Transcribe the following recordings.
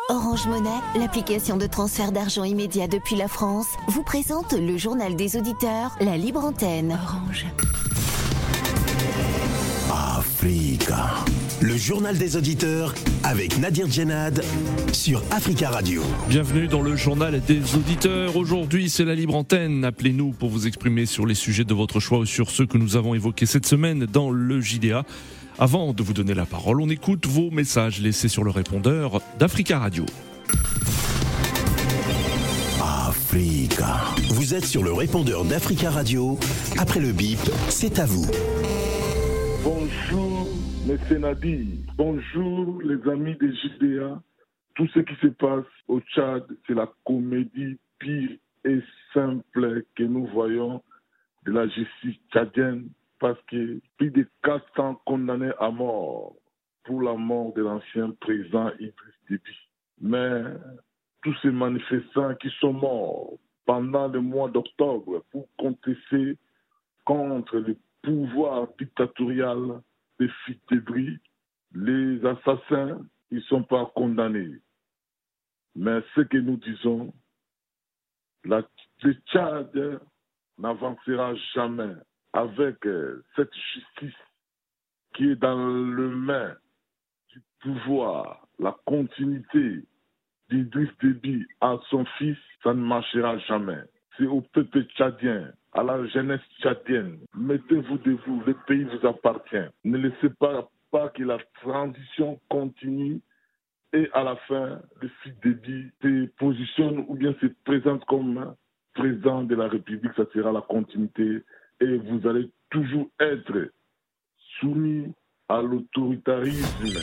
Orange Monnaie, l'application de transfert d'argent immédiat depuis la France, vous présente le journal des auditeurs, la libre antenne. Orange. Africa. Le journal des auditeurs avec Nadir Djenad sur Africa Radio. Bienvenue dans le journal des auditeurs. Aujourd'hui, c'est la libre antenne. Appelez-nous pour vous exprimer sur les sujets de votre choix ou sur ceux que nous avons évoqués cette semaine dans le JDA. Avant de vous donner la parole, on écoute vos messages laissés sur le répondeur d'Africa Radio. Africa. Vous êtes sur le répondeur d'Africa Radio. Après le bip, c'est à vous. Bonjour, M. Nadi. Bonjour, les amis des JDA. Tout ce qui se passe au Tchad, c'est la comédie pire et simple que nous voyons de la justice tchadienne. Parce que plus de 400 condamnés à mort pour la mort de l'ancien président Idriss Déby. Mais tous ces manifestants qui sont morts pendant le mois d'octobre pour contester contre le pouvoir dictatorial des fils débris, les assassins, ils ne sont pas condamnés. Mais ce que nous disons, le Tchad n'avancera jamais avec cette justice qui est dans le main du pouvoir, la continuité d'Idriss Déby à son fils, ça ne marchera jamais. C'est au peuple tchadien, à la jeunesse tchadienne. Mettez-vous debout, le pays vous appartient. Ne laissez pas que la transition continue et à la fin, le fils Déby se positionne ou bien se présente comme président de la République, ça sera la continuité. Et vous allez toujours être soumis à l'autoritarisme.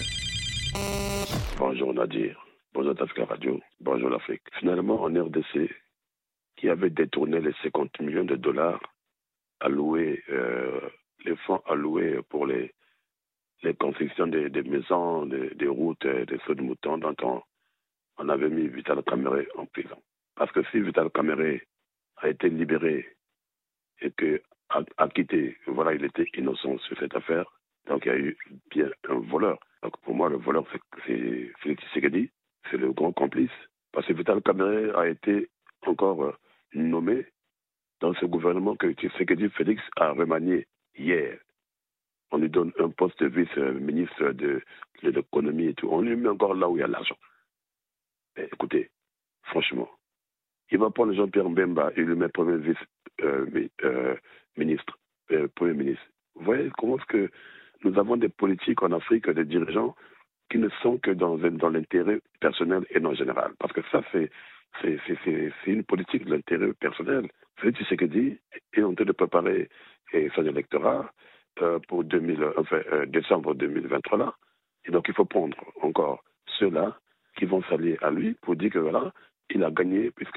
Bonjour Nadir, bonjour Africa Radio, bonjour l'Afrique. Finalement, en RDC, qui avait détourné les 50 millions de dollars alloués, les fonds alloués pour les constructions des maisons, des routes, des sauts de moutons, dont on avait mis Vital Kamerhe en prison. Parce que si Vital Kamerhe a été libéré et que a quitté, voilà, il était innocent sur cette affaire. Donc il y a eu bien un voleur. Donc pour moi, le voleur, c'est Félix Tshisekedi, c'est le grand complice. Parce que Vital Kamerhe a été encore nommé dans ce gouvernement que Tshisekedi Félix a remanié hier. On lui donne un poste de vice-ministre de l'économie et tout. On lui met encore là où il y a l'argent. Mais écoutez, franchement, il va prendre Jean-Pierre Mbemba et lui met premier vice-ministre, premier ministre. Vous voyez comment est-ce que nous avons des politiques en Afrique, des dirigeants qui ne sont que dans l'intérêt personnel et non général. Parce que ça, c'est une politique de l'intérêt personnel. Félix Tshisekedi est en train de préparer son électorat pour décembre 2023 là. Et donc il faut prendre encore ceux-là qui vont s'allier à lui pour dire que voilà, il a gagné puisque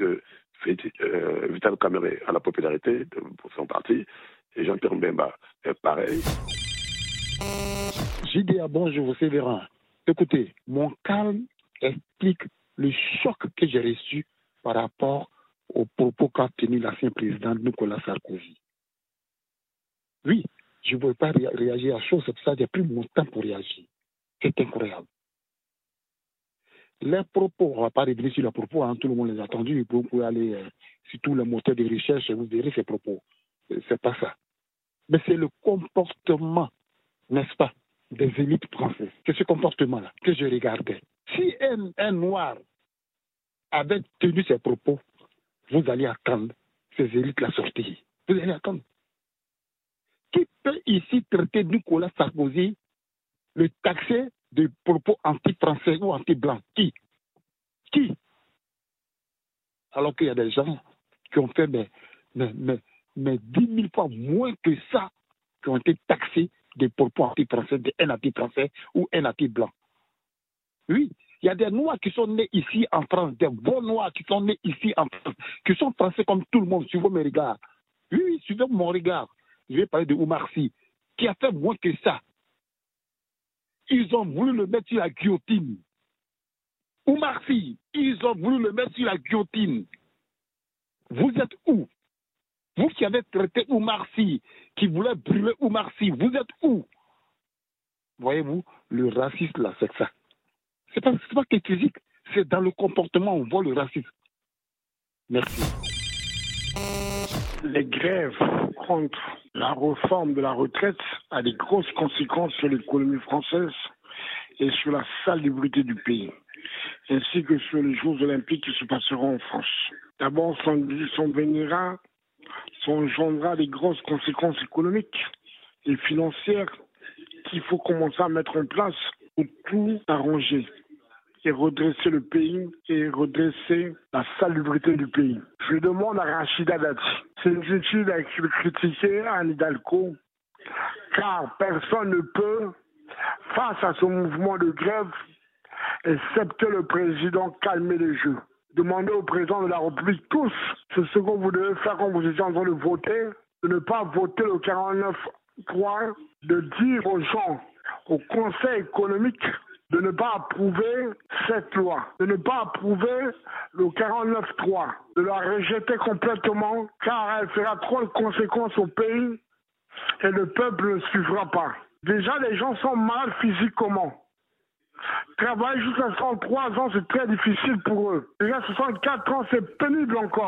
Vital Kamerhe a la popularité pour son parti et Jean-Pierre Mbemba est pareil. JDA, bonjour, c'est Véran. Écoutez, mon calme explique le choc que j'ai reçu par rapport aux propos qu'a tenu l'ancien président Nicolas Sarkozy. Oui, je ne pouvais pas réagir à chose, c'est pour ça que j'ai pris mon temps pour réagir. C'est incroyable. Les propos, on ne va pas revenir sur les propos, hein, tout le monde les a entendus, vous pouvez aller sur tous les moteurs de recherche et vous verrez ces propos. C'est pas ça. Mais c'est le comportement, n'est-ce pas, des élites françaises. C'est ce comportement-là que je regardais. Si un noir avait tenu ses propos, vous allez attendre ces élites-là sortir. Vous allez attendre. Qui peut ici traiter Nicolas Sarkozy, le taxer de propos anti-français ou anti-blancs? Qui? Alors qu'il y a des gens qui ont fait mais 10 000 fois moins que ça, qui ont été taxés de propos anti-français, d'un anti-français ou un anti-blanc. Oui, il y a des Noirs qui sont nés ici en France, des bons Noirs qui sont nés ici en France, qui sont français comme tout le monde, suivez mes regards. Oui, suivez mon regard. Je vais parler de Oumar Sy, qui a fait moins que ça. Ils ont voulu le mettre sur la guillotine. Oumar Sy, ils ont voulu le mettre sur la guillotine. Vous êtes où? Vous qui avez traité Oumar Sy, qui voulait brûler Oumar Sy, vous êtes où? Voyez-vous, le racisme là, c'est ça. C'est pas que physique, c'est dans le comportement on voit le racisme. Merci. Les grèves contre la réforme de la retraite a des grosses conséquences sur l'économie française et sur la salubrité du pays, ainsi que sur les Jeux olympiques qui se passeront en France. D'abord, son engendrera des grosses conséquences économiques et financières qu'il faut commencer à mettre en place pour tout arranger et redresser le pays et redresser la salubrité du pays. Je demande à Rachida Dati, c'est inutile de critiquer Anne Hidalgo, car personne ne peut, face à ce mouvement de grève, excepté le président, calmer les jeux. Demandez au président de la République tous, c'est ce que vous devez faire quand vous étiez en train de voter, de ne pas voter le 49.3, de dire aux gens, au Conseil économique, de ne pas approuver cette loi, de ne pas approuver le 49.3, de la rejeter complètement, car elle fera trop de conséquences au pays et le peuple ne suivra pas. Déjà, les gens sont malades physiquement. Travailler jusqu'à 63 ans, c'est très difficile pour eux. Déjà, 64 ans, c'est pénible encore.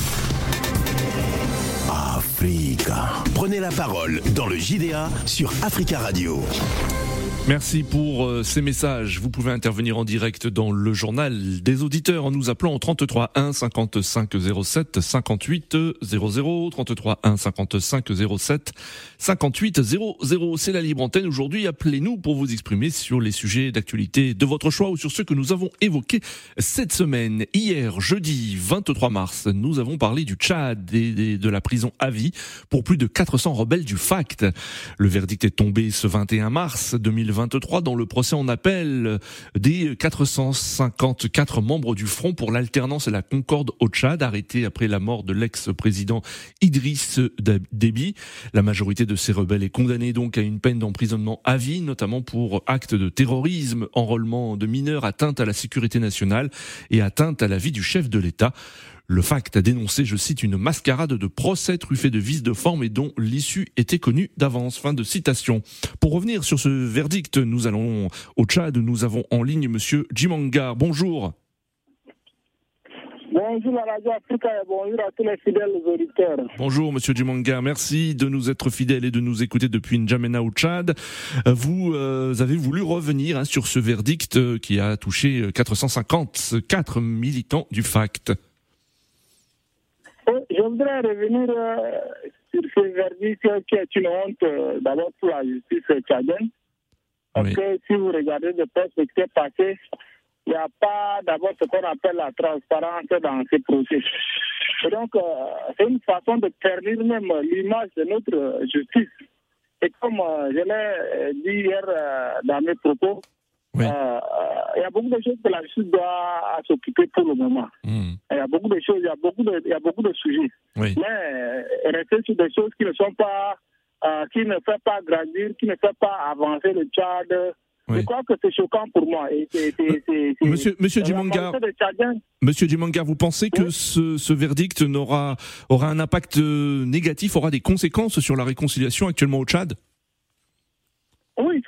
Africa. Prenez la parole dans le JDA sur Africa Radio. Merci pour ces messages. Vous pouvez intervenir en direct dans le journal des auditeurs en nous appelant au 33 1 55 07 58 00, 33 1 55 07 58 00. C'est la libre antenne. Aujourd'hui, appelez-nous pour vous exprimer sur les sujets d'actualité de votre choix ou sur ceux que nous avons évoqués cette semaine. Hier, jeudi 23 mars, nous avons parlé du Tchad et de la prison à vie pour plus de 400 rebelles du FACT. Le verdict est tombé ce 21 mars 2023 dans le procès en appel des 454 membres du Front pour l'alternance et la concorde au Tchad, arrêtés après la mort de l'ex-président Idriss Déby. La majorité de ces rebelles est condamnée donc à une peine d'emprisonnement à vie, notamment pour actes de terrorisme, enrôlement de mineurs, atteinte à la sécurité nationale et atteinte à la vie du chef de l'État. Le FACT a dénoncé, je cite, une mascarade de procès truffée de vices de forme et dont l'issue était connue d'avance. Fin de citation. Pour revenir sur ce verdict, nous allons au Tchad. Nous avons en ligne Monsieur Djimangar. Bonjour. Bonjour à Radio Africa et bonjour à tous les fidèles auditeurs. Bonjour Monsieur Djimangar, merci de nous être fidèles et de nous écouter depuis N'Djamena au Tchad. Vous avez voulu revenir sur ce verdict qui a touché 454 militants du FACT. Je voudrais revenir sur ce verdict qui est une honte d'abord pour la justice tchadienne. Parce que si vous regardez de près ce qui s'est passé, il n'y a pas d'abord ce qu'on appelle la transparence dans ces procès. Et donc, c'est une façon de ternir même l'image de notre justice. Et comme je l'ai dit hier dans mes propos, il y a beaucoup de choses que la justice doit s'occuper pour le moment. Il y a beaucoup de choses, il y a beaucoup de sujets. Mais rester sur des choses qui ne sont pas, qui ne fait pas grandir, qui ne fait pas avancer le Tchad. Je crois que c'est choquant pour moi. Et Monsieur Djimangar, vous pensez que ce verdict aura un impact négatif, aura des conséquences sur la réconciliation actuellement au Tchad? Oui,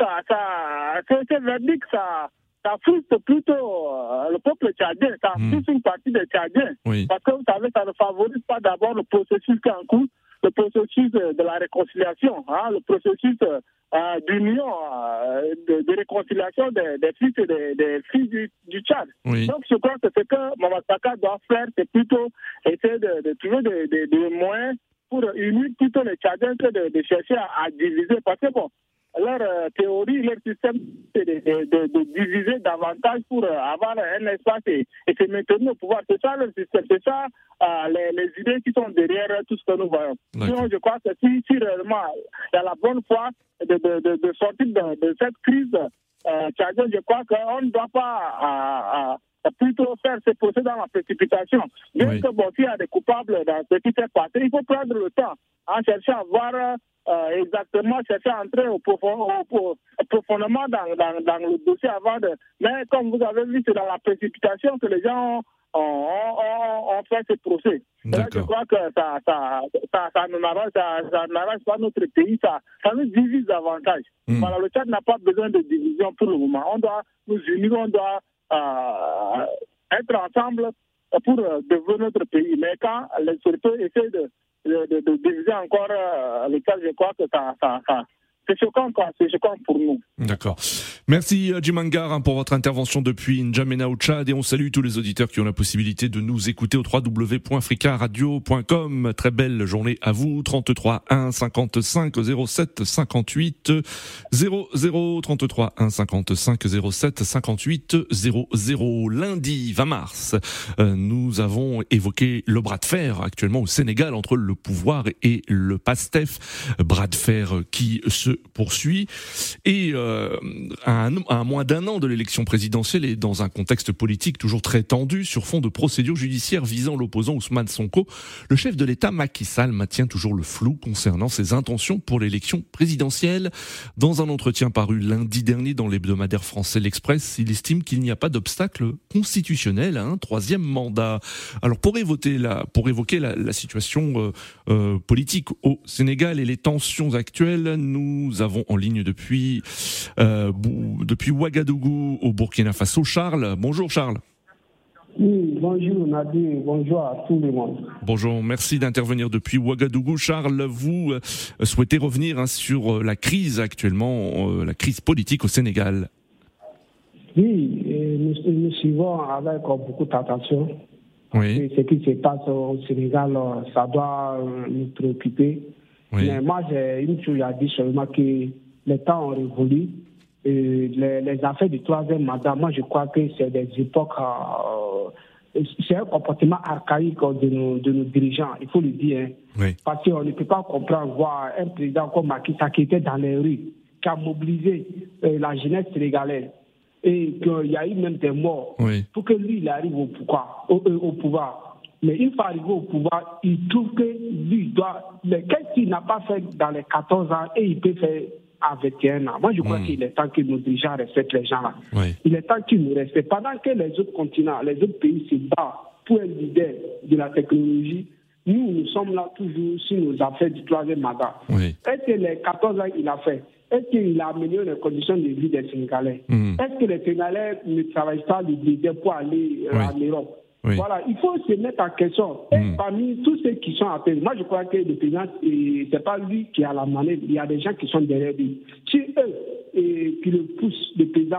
ce verdict, ça frustre plutôt le peuple tchadien, ça frustre une partie des Tchadiens. Parce que vous savez, ça ne favorise pas d'abord le processus qui est en cours, le processus de la réconciliation, le processus d'union, de réconciliation des fils et des filles du Tchad. Donc je crois que ce que Mamadou doit faire, c'est plutôt essayer de trouver des moyens pour unir plutôt les Tchadiens que de chercher à diviser. Parce que bon, leur théorie, leur système, c'est de diviser davantage pour avoir un espace et se maintenir au pouvoir. C'est ça leur système, c'est ça les idées qui sont derrière tout ce que nous voyons. Sinon, je crois que si réellement il y a la bonne foi de sortir de cette crise tchadienne, je crois qu'on ne doit pas plutôt faire ce procès dans la précipitation. Bien que bon, s'il y a des coupables dans ce qui s'est passé, il faut prendre le temps en cherchant à voir exactement, chercher à entrer profondément dans le dossier avant de... Mais comme vous avez vu, c'est dans la précipitation que les gens ont fait ce procès. Là, je crois que ça n'arrange pas notre pays, ça nous divise davantage. Voilà, le Tchad n'a pas besoin de division pour le moment. On doit nous unir, on doit être ensemble pour développer notre pays. Mais quand les autorités essaient de diviser encore le cas, je crois que c'est choquant, quoi. C'est choquant pour nous. D'accord. Merci Djimangar pour votre intervention depuis N'Djamena au Tchad, et on salue tous les auditeurs qui ont la possibilité de nous écouter au www.africaradio.com. Très belle journée à vous. 33 1 55 07 58 00 33 1 55 07 58 00. Lundi 20 mars, nous avons évoqué le bras de fer actuellement au Sénégal entre le pouvoir et le PASTEF, bras de fer qui se poursuit, et à moins d'un an de l'élection présidentielle et dans un contexte politique toujours très tendu sur fond de procédures judiciaires visant l'opposant Ousmane Sonko, le chef de l'État Macky Sall maintient toujours le flou concernant ses intentions pour l'élection présidentielle. Dans un entretien paru lundi dernier dans l'hebdomadaire français L'Express, il estime qu'il n'y a pas d'obstacle constitutionnel à un troisième mandat. Alors pour évoquer la situation politique au Sénégal et les tensions actuelles, nous avons en ligne depuis Ouagadougou au Burkina Faso Charles. Bonjour Charles. Oui, bonjour Nadir, bonjour à tout le monde. Bonjour, merci d'intervenir depuis Ouagadougou. Charles, vous souhaitez revenir sur la crise actuellement, la crise politique au Sénégal. Oui, nous suivons avec beaucoup d'attention. Oui. Ce qui se passe au Sénégal, ça doit nous préoccuper. Oui. Mais moi, j'ai une chose à dire seulement, que les temps ont révolu. Les affaires du troisième mandat, moi, je crois que c'est des époques... c'est un comportement archaïque de nos dirigeants, il faut le dire. Hein. Oui. Parce qu'on ne peut pas comprendre, voir un président comme Macky Sall qui était dans les rues, qui a mobilisé la jeunesse sénégalaise, et qu'il y a eu même des morts, pour que lui, il arrive au pouvoir. Mais une fois arrivé au pouvoir, il trouve que lui doit... Mais qu'est-ce qu'il n'a pas fait dans les 14 ans et il peut faire à 21 ans? Moi, je crois qu'il est temps que nos dirigeants respectent les gens là. Oui. Il est temps qu'ils nous respectent. Pendant que les autres continents, les autres pays se battent pour être leader de la technologie, nous sommes là toujours sur nos affaires du troisième mandat. Oui. Est-ce que les 14 ans qu'il a fait, est-ce qu'il a amélioré les conditions de vie des Sénégalais? Est-ce que les Sénégalais ne travaillent pas de leader pour aller en Europe? Oui. Voilà, il faut se mettre en question. Et parmi tous ceux qui sont appelés, moi je crois que le président, c'est pas lui qui a la manette, il y a des gens qui sont derrière lui. Si eux qui le poussent, le président,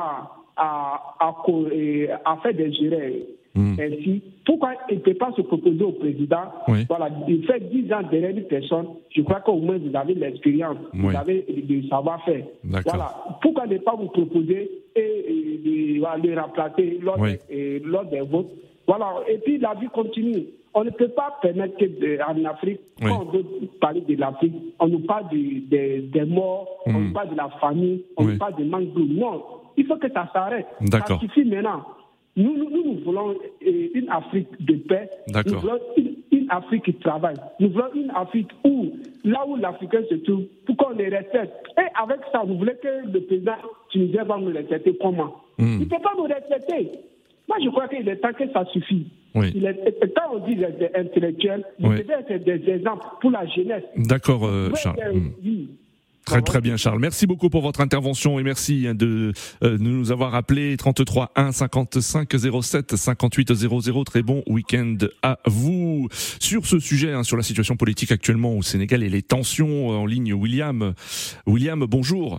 à faire des jurés ainsi, pourquoi il ne peut pas se proposer au président? Voilà, il fait 10 ans derrière une personne, je crois qu'au moins vous avez l'expérience, vous avez le savoir-faire. Voilà, pourquoi ne pas vous proposer et le remplacer lors des votes? Voilà, et puis la vie continue. On ne peut pas permettre qu'en Afrique, quand on veut parler de l'Afrique, on nous parle des morts, on nous parle de la famille, on nous parle de manque d'eau. Non, il faut que ça s'arrête. Ça suffit maintenant. Nous voulons une Afrique de paix. Nous voulons une Afrique qui travaille. Nous voulons une Afrique où, là où l'Africain se trouve, pour qu'on les respecte. Et avec ça, vous voulez que le président tunisien va nous respecter comment? Il ne peut pas nous respecter. Moi, je crois qu'il est temps que ça suffit. Quand on dit des intellectuels, vous devez être des exemples pour la jeunesse. D'accord, Charles. Très bien, Charles. Merci beaucoup pour votre intervention et merci de nous avoir appelé 33 1 55 07 58 00. Très bon week-end à vous. Sur ce sujet, sur la situation politique actuellement au Sénégal et les tensions en ligne, William, bonjour.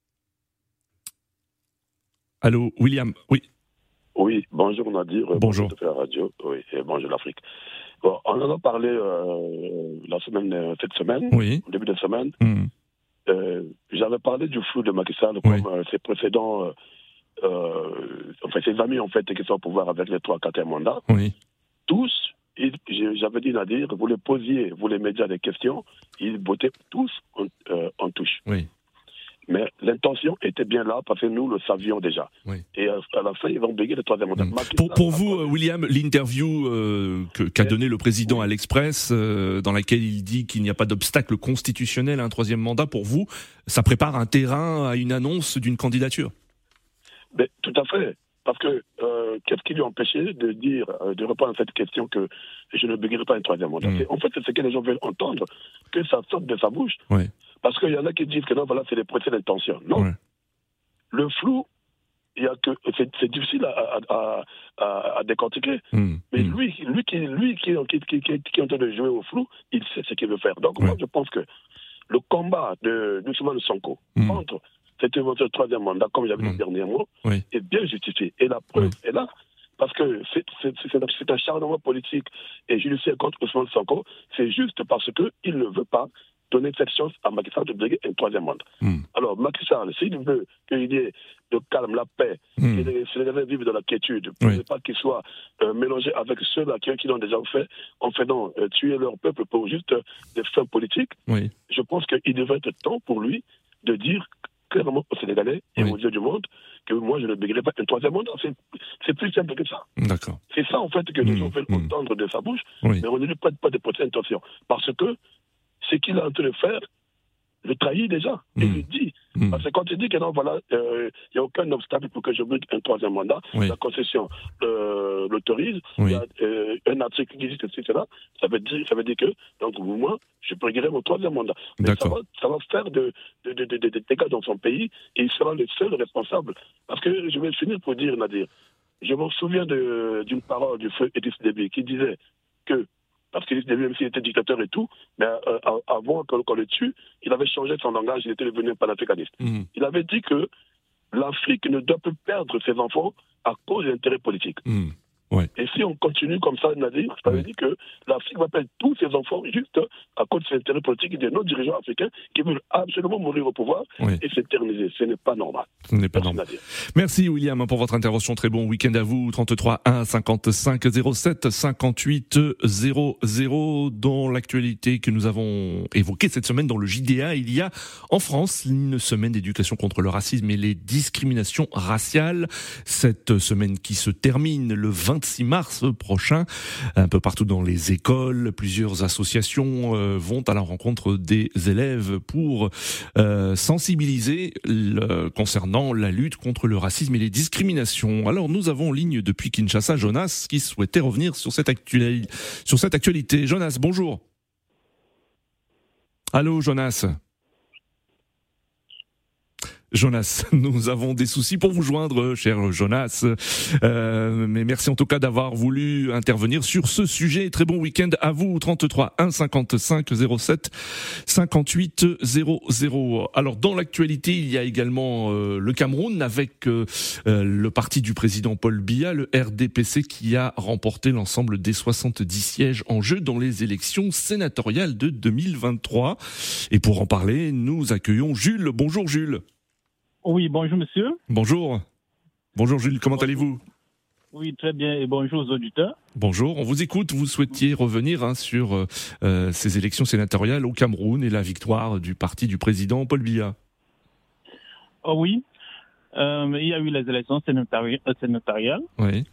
Allô, William. Oui. Oui, bonjour Nadir, bonjour de la radio, oui, et bonjour l'Afrique. Bon, on en a parlé cette semaine, au début de semaine. J'avais parlé du flou de Macky Sall, comme ses précédents, ses amis en fait qui sont au pouvoir avec les 3-4 mandats. Tous, j'avais dit Nadir, vous les posiez, vous les médias des questions, ils votaient tous en touche. Mais l'intention était bien là parce que nous le savions déjà. Et à la fin, ils vont bégayer le troisième mandat. Pour vous, William, l'interview qu'a donnée le président à l'Express, dans laquelle il dit qu'il n'y a pas d'obstacle constitutionnel à un troisième mandat, pour vous, ça prépare un terrain à une annonce d'une candidature? Mais, tout à fait. Parce que qu'est-ce qui lui a empêché de répondre à cette question que je ne bégayerai pas un troisième mandat? En fait, c'est ce que les gens veulent entendre, que ça sorte de sa bouche. Parce qu'il y en a qui disent que non, voilà, c'est des procès d'intention. Non. Le flou c'est difficile à décortiquer. Mais lui qui est en train de jouer au flou, il sait ce qu'il veut faire. Donc moi je pense que le combat de Ousmane Sonko contre cet éventuel troisième mandat, comme j'avais dit le dernier mot, est bien justifié. Et la preuve est là. Parce que c'est un acharnement politique et judiciaire contre Ousmane Sonko, c'est juste parce qu'il ne veut pas donner cette chance à Macky Sall de briguer un troisième mandat. Alors Macky Sall, s'il veut qu'il y ait le calme, la paix, que les Sénégalais vivent dans la quiétude, pour ne pas qu'ils soient mélangés avec ceux-là qui l'ont déjà fait, en faisant tuer leur peuple pour juste des fins politiques, je pense qu'il devrait être temps pour lui de dire clairement aux Sénégalais et aux yeux du monde que moi je ne briguerai pas un troisième mandat. C'est plus simple que ça. D'accord. C'est ça en fait que les gens veulent entendre de sa bouche, mais on ne lui prête pas de petites intentions. Parce que ce qu'il est en train de faire le trahit déjà. Et il dit. Parce que quand il dit que non, voilà, il n'y a aucun obstacle pour que je brigue un troisième mandat, la concession l'autorise, il y a un article qui dit ceci, cela, ça veut dire que, donc moi, je briguerai mon troisième mandat. Mais ça va faire des dégâts dans son pays et il sera le seul responsable. Parce que je vais finir pour dire, Nadir, je me souviens d'une parole du feu Idriss Déby qui disait que parce qu'il même s'il était dictateur et tout, mais avant qu'on le tue, il avait changé son langage, il était devenu panafricaniste. Il avait dit que l'Afrique ne doit plus perdre ses enfants à cause de l'intérêt politique. Et si on continue comme ça, Nadir, ça veut dire que l'Afrique va perdre tous ses enfants juste à cause de ses intérêts politiques de nos dirigeants africains qui veulent absolument mourir au pouvoir et s'éterniser. Ce n'est pas normal. Ce n'est pas normal. Merci William pour votre intervention. Très bon week-end à vous. 33 1 55 07 58 00. Dans l'actualité que nous avons évoquée cette semaine dans le JDA, il y a en France une semaine d'éducation contre le racisme et les discriminations raciales. Cette semaine qui se termine le 26 mars prochain, un peu partout dans les écoles, plusieurs associations vont à la rencontre des élèves pour sensibiliser concernant la lutte contre le racisme et les discriminations. Alors nous avons en ligne depuis Kinshasa Jonas qui souhaitait revenir sur cette actualité. Jonas, bonjour. Allô Jonas. Jonas, nous avons des soucis pour vous joindre, cher Jonas. Mais merci en tout cas d'avoir voulu intervenir sur ce sujet. Très bon week-end à vous. 33 1 55 07 58 00. Alors dans l'actualité, il y a également le Cameroun avec le parti du président Paul Biya, le RDPC, qui a remporté l'ensemble des 70 sièges en jeu dans les élections sénatoriales de 2023. Et pour en parler, nous accueillons Jules. Bonjour Jules. Oui, bonjour monsieur. Bonjour. Bonjour Jules, comment allez-vous ? Oui, très bien et bonjour aux auditeurs. Bonjour, on vous écoute. Vous souhaitiez revenir sur ces élections sénatoriales au Cameroun et la victoire du parti du président Paul Biya. Oh oui, il y a eu les élections sénatoriales. Oui.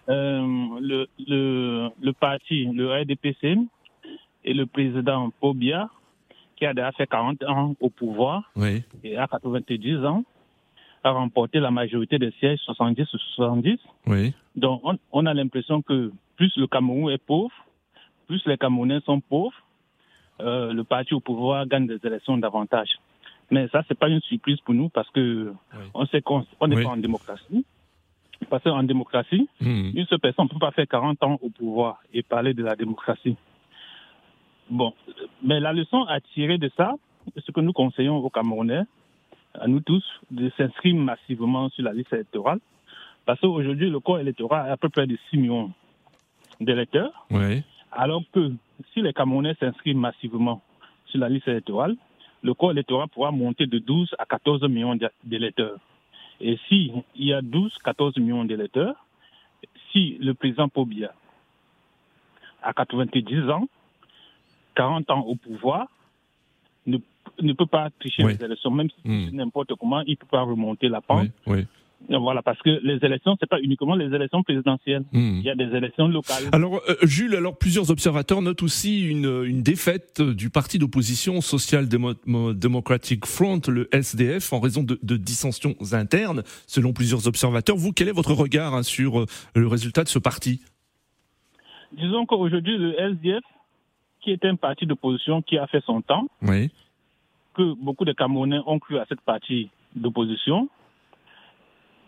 Le parti, le RDPC et le président Paul Biya, qui a déjà fait 40 ans au pouvoir et à 90 ans, a remporté la majorité des sièges, 70 sur 70. Oui. Donc, on a l'impression que plus le Cameroun est pauvre, plus les Camerounais sont pauvres, le parti au pouvoir gagne des élections davantage. Mais ça, c'est pas une surprise pour nous parce que on sait qu'on n'est pas en démocratie. Parce qu'en démocratie, une seule personne ne peut pas faire 40 ans au pouvoir et parler de la démocratie. Bon, mais la leçon à tirer de ça, ce que nous conseillons aux Camerounais, à nous tous, de s'inscrire massivement sur la liste électorale. Parce qu'aujourd'hui, le corps électoral a à peu près de 6 millions d'électeurs. Oui. Alors que si les Camerounais s'inscrivent massivement sur la liste électorale, le corps électoral pourra monter de 12 à 14 millions d'électeurs. Et s'il y a 12-14 millions d'électeurs, si le président Paul Biya a 90 ans, 40 ans au pouvoir, ne peut pas tricher les élections, même si n'importe comment, il ne peut pas remonter la pente. Voilà, parce que les élections, c'est pas uniquement les élections présidentielles. Il y a des élections locales. Alors, Jules, plusieurs observateurs notent aussi une défaite du parti d'opposition Social Democratic Front, le SDF, en raison de dissensions internes, selon plusieurs observateurs. Vous, quel est votre regard sur le résultat de ce parti ? Disons qu'aujourd'hui, le SDF, qui est un parti d'opposition qui a fait son temps, que beaucoup de Camerounais ont cru à cette partie d'opposition,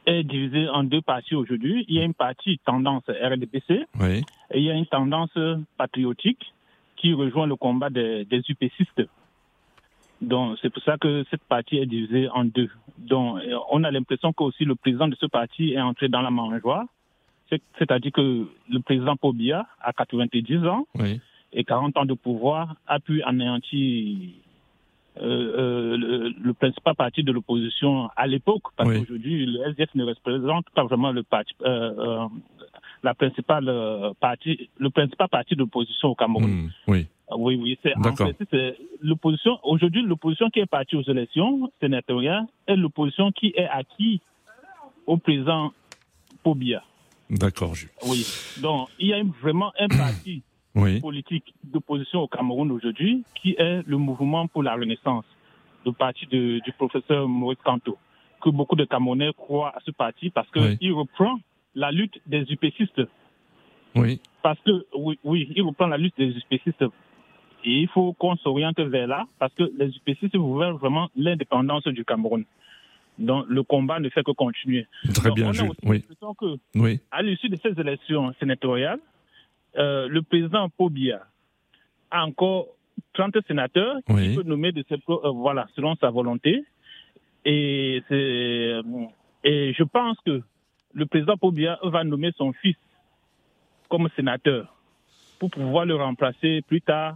est divisée en deux parties aujourd'hui. Il y a une partie tendance RDPC et il y a une tendance patriotique qui rejoint le combat des UPCistes. Donc, c'est pour ça que cette partie est divisée en deux. Donc, on a l'impression que aussi le président de ce parti est entré dans la mangeoire. C'est-à-dire que le président Paul Biya, à 90 ans et 40 ans de pouvoir, a pu anéantir le principal parti de l'opposition à l'époque, parce qu'aujourd'hui, le SDF ne représente pas vraiment le principal parti de l'opposition au Cameroun. Oui, c'est l'opposition. Aujourd'hui, l'opposition qui est partie aux élections sénatoriales est l'opposition qui est acquise au président Paul Biya. D'accord, Jules. Oui. Donc, il y a vraiment un parti politique d'opposition au Cameroun aujourd'hui qui est le mouvement pour la Renaissance, le parti du professeur Maurice Kamto, que beaucoup de Camerounais croient à ce parti parce qu'il reprend la lutte des UPCistes. Oui. Parce que, il reprend la lutte des UPCistes. Et il faut qu'on s'oriente vers là parce que les UPCistes veulent vraiment l'indépendance du Cameroun. Donc, le combat ne fait que continuer. Très bien, Jules. l'impression que, à l'issue de ces élections sénatoriales, le président Paul Biya a encore 30 sénateurs qu'il peut nommer selon sa volonté. Et je pense que le président Paul Biya va nommer son fils comme sénateur pour pouvoir le remplacer plus tard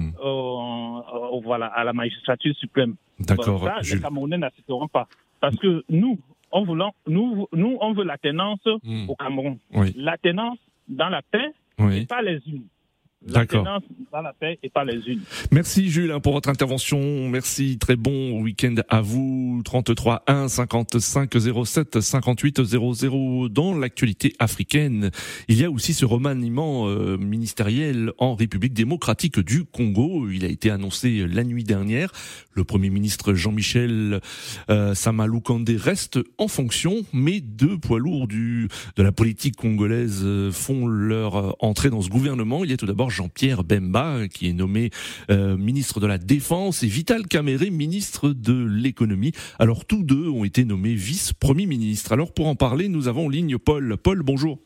à la magistrature suprême. D'accord, ça, Jules. Les Camerounais n'accepteront pas. Parce que nous, on veut la tenance au Cameroun. La tenance dans la paix et pas les unes. La tenance dans la paix et pas les unes. Merci Jules pour votre intervention. Merci, très bon week-end à vous. 33 1 55 07 58 00. Dans l'actualité africaine, il y a aussi ce remaniement ministériel en République démocratique du Congo. Il a été annoncé la nuit dernière. Le Premier ministre Jean-Michel Sama Lukonde reste en fonction, mais deux poids lourds de la politique congolaise font leur entrée dans ce gouvernement. Il y a tout d'abord Jean-Pierre Bemba, qui est nommé ministre de la Défense, et Vital Kamerhe, ministre de l'Économie. Alors, tous deux ont été nommés vice-premier ministre. Alors, pour en parler, nous avons en ligne Paul. Paul, bonjour.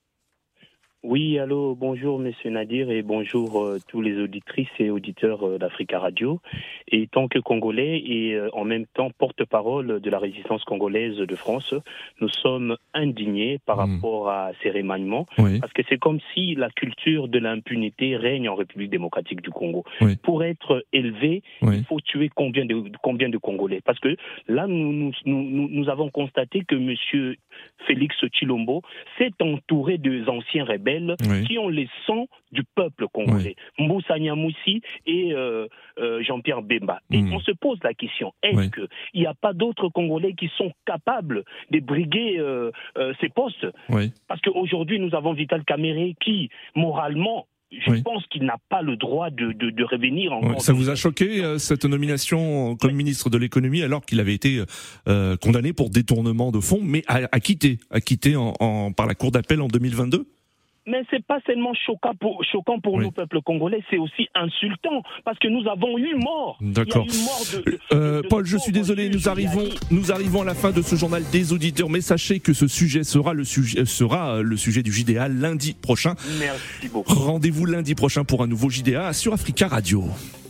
Oui, allô, bonjour Monsieur Nadir et bonjour tous les auditrices et auditeurs d'Africa Radio. Et tant que Congolais et en même temps porte-parole de la résistance congolaise de France, nous sommes indignés par rapport à ces remaniements, parce que c'est comme si la culture de l'impunité règne en République démocratique du Congo. Pour être élevé, il faut tuer combien de Congolais? Parce que là, nous avons constaté que Monsieur Félix Tshilombo s'est entouré des anciens rebelles qui ont les sangs du peuple congolais, Moussa Niamoussi et Jean-Pierre Bemba. Et on se pose la question, est-ce qu'il n'y a pas d'autres Congolais qui sont capables de briguer ces postes? Parce qu'aujourd'hui, nous avons Vital Kamerhe qui, moralement, je pense qu'il n'a pas le droit de revenir en Ça vous a choqué, cette nomination comme ministre de l'économie, alors qu'il avait été condamné pour détournement de fonds, mais acquitté par la Cour d'appel en 2022? Mais c'est pas seulement choquant pour nous, peuple congolais, c'est aussi insultant, parce que nous avons eu mort. D'accord. Paul, je suis désolé, nous arrivons à la fin de ce journal des auditeurs, mais sachez que ce sujet sera le sujet du JDA lundi prochain. Merci beaucoup. Rendez-vous lundi prochain pour un nouveau JDA sur Africa Radio.